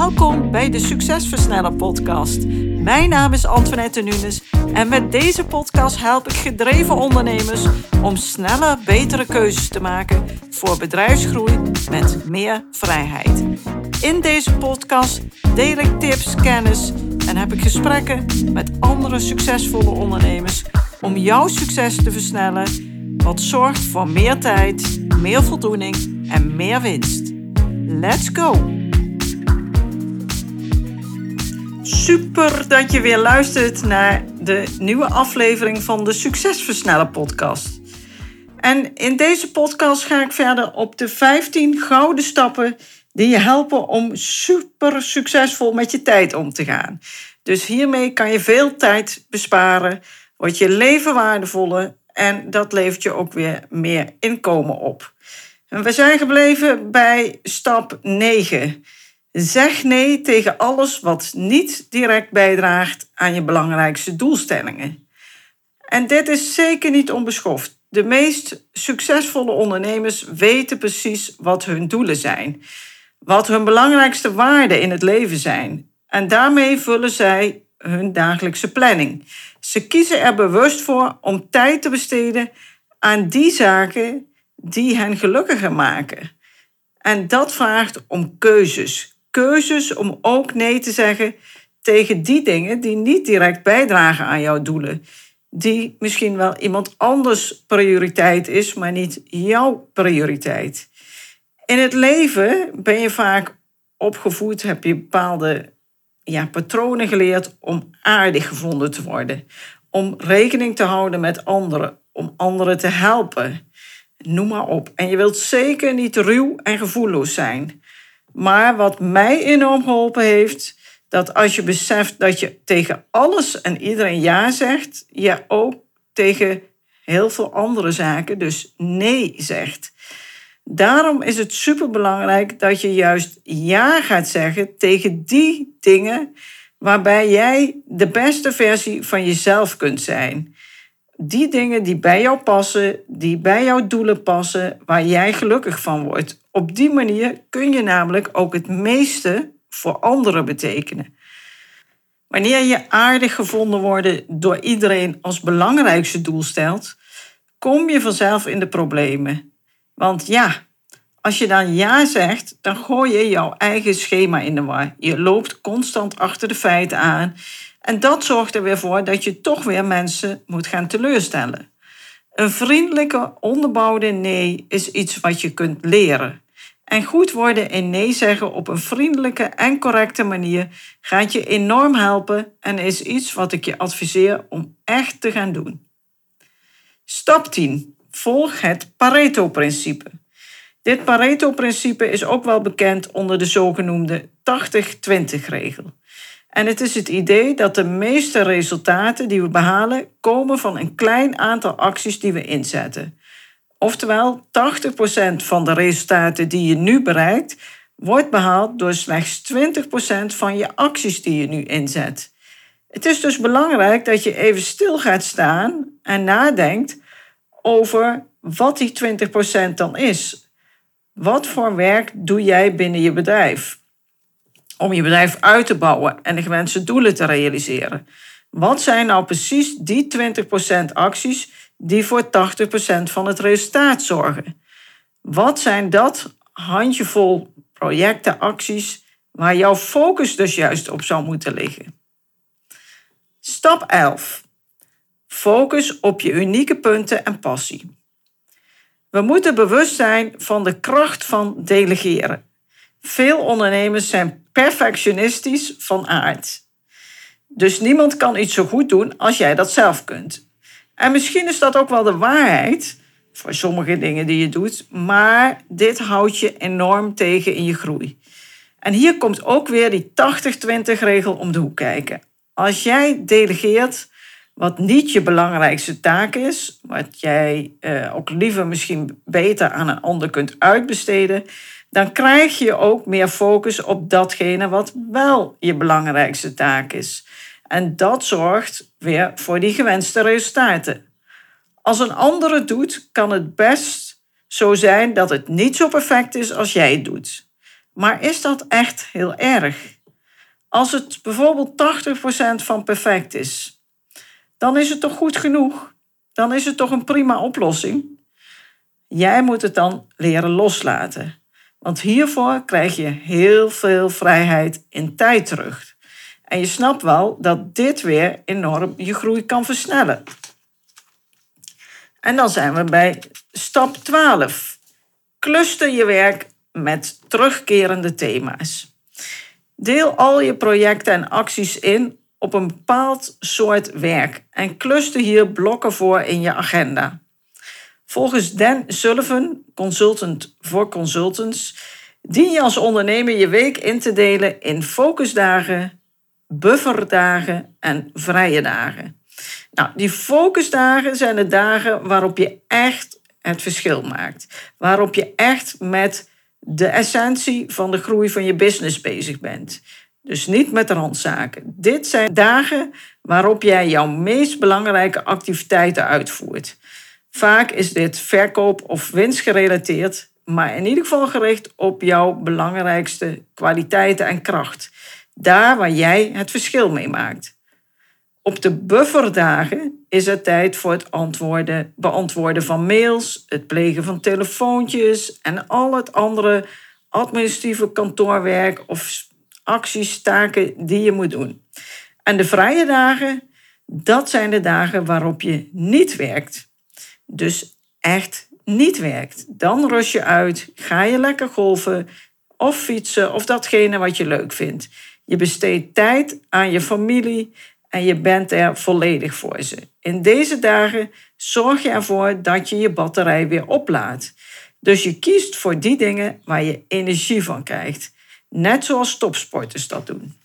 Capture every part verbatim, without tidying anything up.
Welkom bij de Succesversneller podcast. Mijn naam is Antoinette Nunes en met deze podcast help ik gedreven ondernemers om snelle, betere keuzes te maken voor bedrijfsgroei met meer vrijheid. In deze podcast deel ik tips, kennis en heb ik gesprekken met andere succesvolle ondernemers om jouw succes te versnellen, wat zorgt voor meer tijd, meer voldoening en meer winst. Let's go! Super dat je weer luistert naar de nieuwe aflevering van de Succesversneller podcast. En in deze podcast ga ik verder op de vijftien gouden stappen die je helpen om super succesvol met je tijd om te gaan. Dus hiermee kan je veel tijd besparen, wordt je leven waardevoller en dat levert je ook weer meer inkomen op. En we zijn gebleven bij stap negen. Zeg nee tegen alles wat niet direct bijdraagt aan je belangrijkste doelstellingen. En dit is zeker niet onbeschoft. De meest succesvolle ondernemers weten precies wat hun doelen zijn. Wat hun belangrijkste waarden in het leven zijn. En daarmee vullen zij hun dagelijkse planning. Ze kiezen er bewust voor om tijd te besteden aan die zaken die hen gelukkiger maken. En dat vraagt om keuzes. Keuzes om ook nee te zeggen tegen die dingen die niet direct bijdragen aan jouw doelen. Die misschien wel iemand anders prioriteit is, maar niet jouw prioriteit. In het leven ben je vaak opgevoed, heb je bepaalde ja, patronen geleerd om aardig gevonden te worden. Om rekening te houden met anderen, om anderen te helpen. Noem maar op. En je wilt zeker niet ruw en gevoelloos zijn. Maar wat mij enorm geholpen heeft, dat als je beseft dat je tegen alles en iedereen ja zegt, je ook tegen heel veel andere zaken dus nee zegt. Daarom is het superbelangrijk dat je juist ja gaat zeggen tegen die dingen waarbij jij de beste versie van jezelf kunt zijn. Die dingen die bij jou passen, die bij jouw doelen passen, waar jij gelukkig van wordt. Op die manier kun je namelijk ook het meeste voor anderen betekenen. Wanneer je aardig gevonden worden door iedereen als belangrijkste doel stelt, kom je vanzelf in de problemen. Want ja, als je dan ja zegt, dan gooi je jouw eigen schema in de war. Je loopt constant achter de feiten aan. En dat zorgt er weer voor dat je toch weer mensen moet gaan teleurstellen. Een vriendelijke, onderbouwde nee is iets wat je kunt leren. En goed worden in nee zeggen op een vriendelijke en correcte manier gaat je enorm helpen en is iets wat ik je adviseer om echt te gaan doen. Stap tien. Volg het Pareto-principe. Dit Pareto-principe is ook wel bekend onder de zogenoemde tachtig twintig regel. En het is het idee dat de meeste resultaten die we behalen komen van een klein aantal acties die we inzetten. Oftewel, tachtig procent van de resultaten die je nu bereikt, wordt behaald door slechts twintig procent van je acties die je nu inzet. Het is dus belangrijk dat je even stil gaat staan en nadenkt over wat die twintig procent dan is. Wat voor werk doe jij binnen je bedrijf? Om je bedrijf uit te bouwen en de gewenste doelen te realiseren. Wat zijn nou precies die twintig procent acties die voor tachtig procent van het resultaat zorgen? Wat zijn dat handjevol projecten, acties waar jouw focus dus juist op zou moeten liggen? Stap elf. Focus op je unieke punten en passie. We moeten bewust zijn van de kracht van delegeren. Veel ondernemers zijn perfectionistisch van aard. Dus niemand kan iets zo goed doen als jij dat zelf kunt. En misschien is dat ook wel de waarheid voor sommige dingen die je doet, maar dit houdt je enorm tegen in je groei. En hier komt ook weer die tachtig twintig regel om de hoek kijken. Als jij delegeert wat niet je belangrijkste taak is, wat jij eh, ook liever misschien beter aan een ander kunt uitbesteden, dan krijg je ook meer focus op datgene wat wel je belangrijkste taak is. En dat zorgt weer voor die gewenste resultaten. Als een ander het doet, kan het best zo zijn dat het niet zo perfect is als jij het doet. Maar is dat echt heel erg? Als het bijvoorbeeld tachtig procent van perfect is, dan is het toch goed genoeg? Dan is het toch een prima oplossing? Jij moet het dan leren loslaten. Want hiervoor krijg je heel veel vrijheid in tijd terug. En je snapt wel dat dit weer enorm je groei kan versnellen. En dan zijn we bij stap twaalf. Cluster je werk met terugkerende thema's. Deel al je projecten en acties in op een bepaald soort werk en cluster hier blokken voor in je agenda. Volgens Dan Sullivan, consultant voor consultants, dien je als ondernemer je week in te delen in focusdagen, bufferdagen en vrije dagen. Nou, die focusdagen zijn de dagen waarop je echt het verschil maakt. Waarop je echt met de essentie van de groei van je business bezig bent. Dus niet met randzaken. Dit zijn dagen waarop jij jouw meest belangrijke activiteiten uitvoert. Vaak is dit verkoop- of winstgerelateerd, maar in ieder geval gericht op jouw belangrijkste kwaliteiten en kracht. Daar waar jij het verschil mee maakt. Op de bufferdagen is het tijd voor het antwoorden, beantwoorden van mails, het plegen van telefoontjes en al het andere administratieve kantoorwerk of acties, taken die je moet doen. En de vrije dagen, dat zijn de dagen waarop je niet werkt. Dus echt niet werkt. Dan rust je uit, ga je lekker golfen of fietsen of datgene wat je leuk vindt. Je besteedt tijd aan je familie en je bent er volledig voor ze. In deze dagen zorg je ervoor dat je je batterij weer oplaadt. Dus je kiest voor die dingen waar je energie van krijgt. Net zoals topsporters dat doen.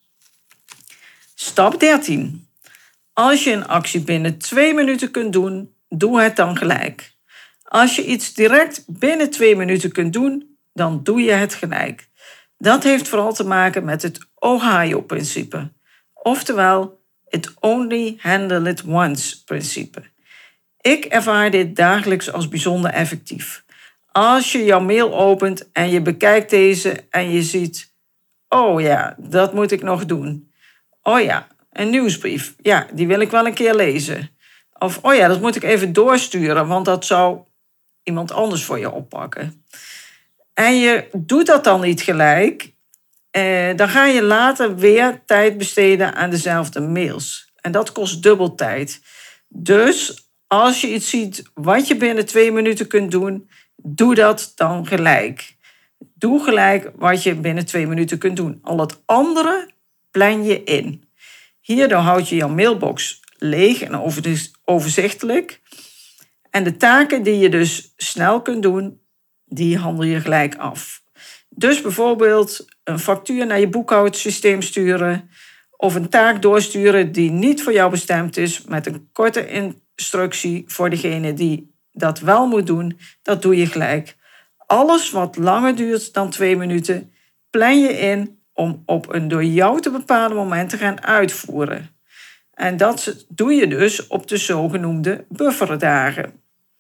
Stap dertien. Als je een actie binnen twee minuten kunt doen, doe het dan gelijk. Als je iets direct binnen twee minuten kunt doen, dan doe je het gelijk. Dat heeft vooral te maken met het Ohio-principe. Oftewel, it only handle it once-principe. Ik ervaar dit dagelijks als bijzonder effectief. Als je jouw mail opent en je bekijkt deze en je ziet... oh ja, dat moet ik nog doen. Oh ja, een nieuwsbrief. Ja, die wil ik wel een keer lezen. Of oh ja, dat moet ik even doorsturen, want dat zou iemand anders voor je oppakken. En je doet dat dan niet gelijk... Eh, dan ga je later weer tijd besteden aan dezelfde mails. En dat kost dubbel tijd. Dus als je iets ziet wat je binnen twee minuten kunt doen, doe dat dan gelijk. Doe gelijk wat je binnen twee minuten kunt doen. Al het andere plan je in. Hierdoor houd je jouw mailbox leeg en overzichtelijk. En de taken die je dus snel kunt doen, die handel je gelijk af. Dus bijvoorbeeld een factuur naar je boekhoudsysteem sturen of een taak doorsturen die niet voor jou bestemd is met een korte instructie voor degene die dat wel moet doen, dat doe je gelijk. Alles wat langer duurt dan twee minuten, plan je in om op een door jou te bepalen moment te gaan uitvoeren. En dat doe je dus op de zogenoemde bufferdagen.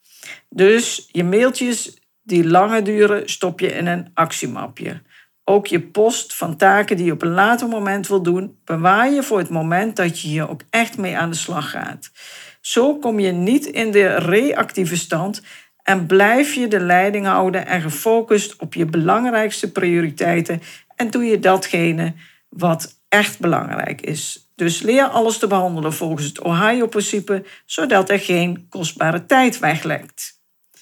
Dus je mailtjes die langer duren, stop je in een actiemapje. Ook je post van taken die je op een later moment wil doen, bewaar je voor het moment dat je hier ook echt mee aan de slag gaat. Zo kom je niet in de reactieve stand en blijf je de leiding houden en gefocust op je belangrijkste prioriteiten en doe je datgene wat echt belangrijk is. Dus leer alles te behandelen volgens het Ohio-principe, zodat er geen kostbare tijd weglekt.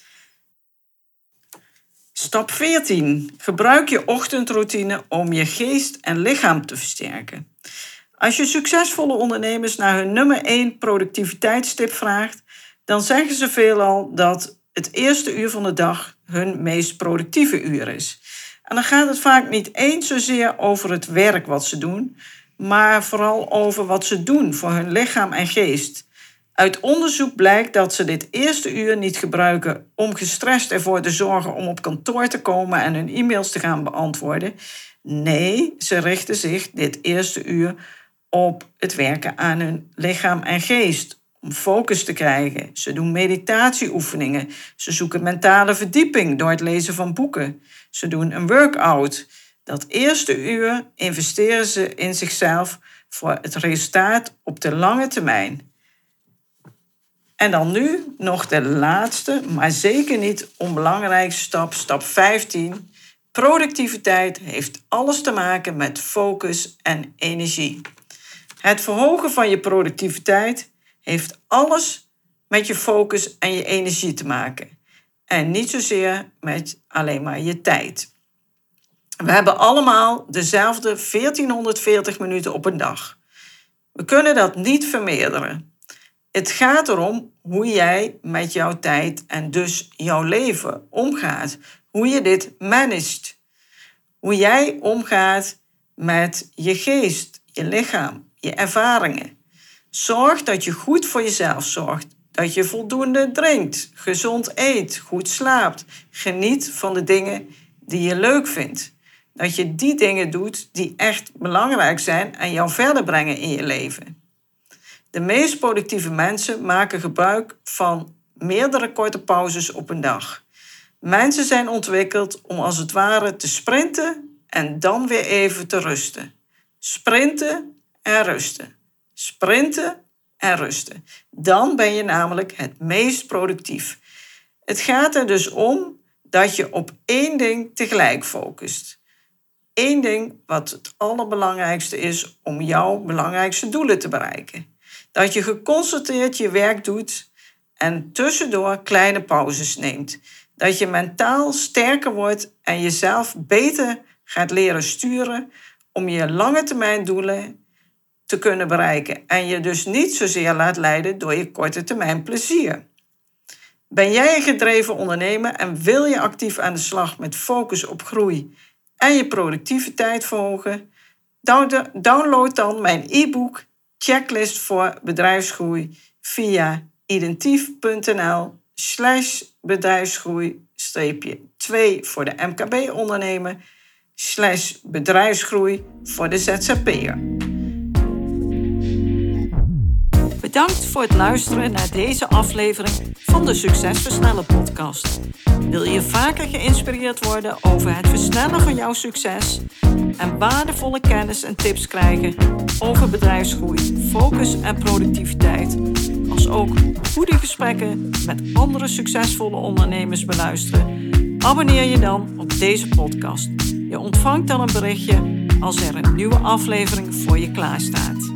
Stap veertien. Gebruik je ochtendroutine om je geest en lichaam te versterken. Als je succesvolle ondernemers naar hun nummer één productiviteitstip vraagt, dan zeggen ze veelal dat het eerste uur van de dag hun meest productieve uur is. En dan gaat het vaak niet eens zozeer over het werk wat ze doen, maar vooral over wat ze doen voor hun lichaam en geest. Uit onderzoek blijkt dat ze dit eerste uur niet gebruiken om gestrest ervoor te zorgen om op kantoor te komen en hun e-mails te gaan beantwoorden. Nee, ze richten zich dit eerste uur op het werken aan hun lichaam en geest. Om focus te krijgen. Ze doen meditatieoefeningen. Ze zoeken mentale verdieping door het lezen van boeken. Ze doen een workout. Dat eerste uur investeren ze in zichzelf voor het resultaat op de lange termijn. En dan nu nog de laatste, maar zeker niet onbelangrijkste stap, stap vijftien. Productiviteit heeft alles te maken met focus en energie. Het verhogen van je productiviteit heeft alles met je focus en je energie te maken. En niet zozeer met alleen maar je tijd. We hebben allemaal dezelfde veertienhonderdveertig minuten op een dag. We kunnen dat niet vermeerderen. Het gaat erom hoe jij met jouw tijd en dus jouw leven omgaat. Hoe je dit managt. Hoe jij omgaat met je geest, je lichaam, je ervaringen. Zorg dat je goed voor jezelf zorgt. Dat je voldoende drinkt, gezond eet, goed slaapt. Geniet van de dingen die je leuk vindt. Dat je die dingen doet die echt belangrijk zijn en jou verder brengen in je leven. De meest productieve mensen maken gebruik van meerdere korte pauzes op een dag. Mensen zijn ontwikkeld om als het ware te sprinten en dan weer even te rusten. Sprinten en rusten. Sprinten en rusten. Dan ben je namelijk het meest productief. Het gaat er dus om dat je op één ding tegelijk focust. Eén ding wat het allerbelangrijkste is om jouw belangrijkste doelen te bereiken. Dat je geconcentreerd je werk doet en tussendoor kleine pauzes neemt. Dat je mentaal sterker wordt en jezelf beter gaat leren sturen om je lange termijn doelen te kunnen bereiken. En je dus niet zozeer laat leiden door je korte termijn plezier. Ben jij een gedreven ondernemer en wil je actief aan de slag met focus op groei en je productiviteit verhogen? Download dan mijn e-book Checklist voor bedrijfsgroei via identief.nl slash bedrijfsgroei streepje twee voor de M K B-ondernemer slash bedrijfsgroei voor de Z Z P'er. Bedankt voor het luisteren naar deze aflevering van de Succesversnellen podcast. Wil je vaker geïnspireerd worden over het versnellen van jouw succes en waardevolle kennis en tips krijgen over bedrijfsgroei, focus en productiviteit, als ook goede gesprekken met andere succesvolle ondernemers beluisteren? Abonneer je dan op deze podcast. Je ontvangt dan een berichtje als er een nieuwe aflevering voor je klaarstaat.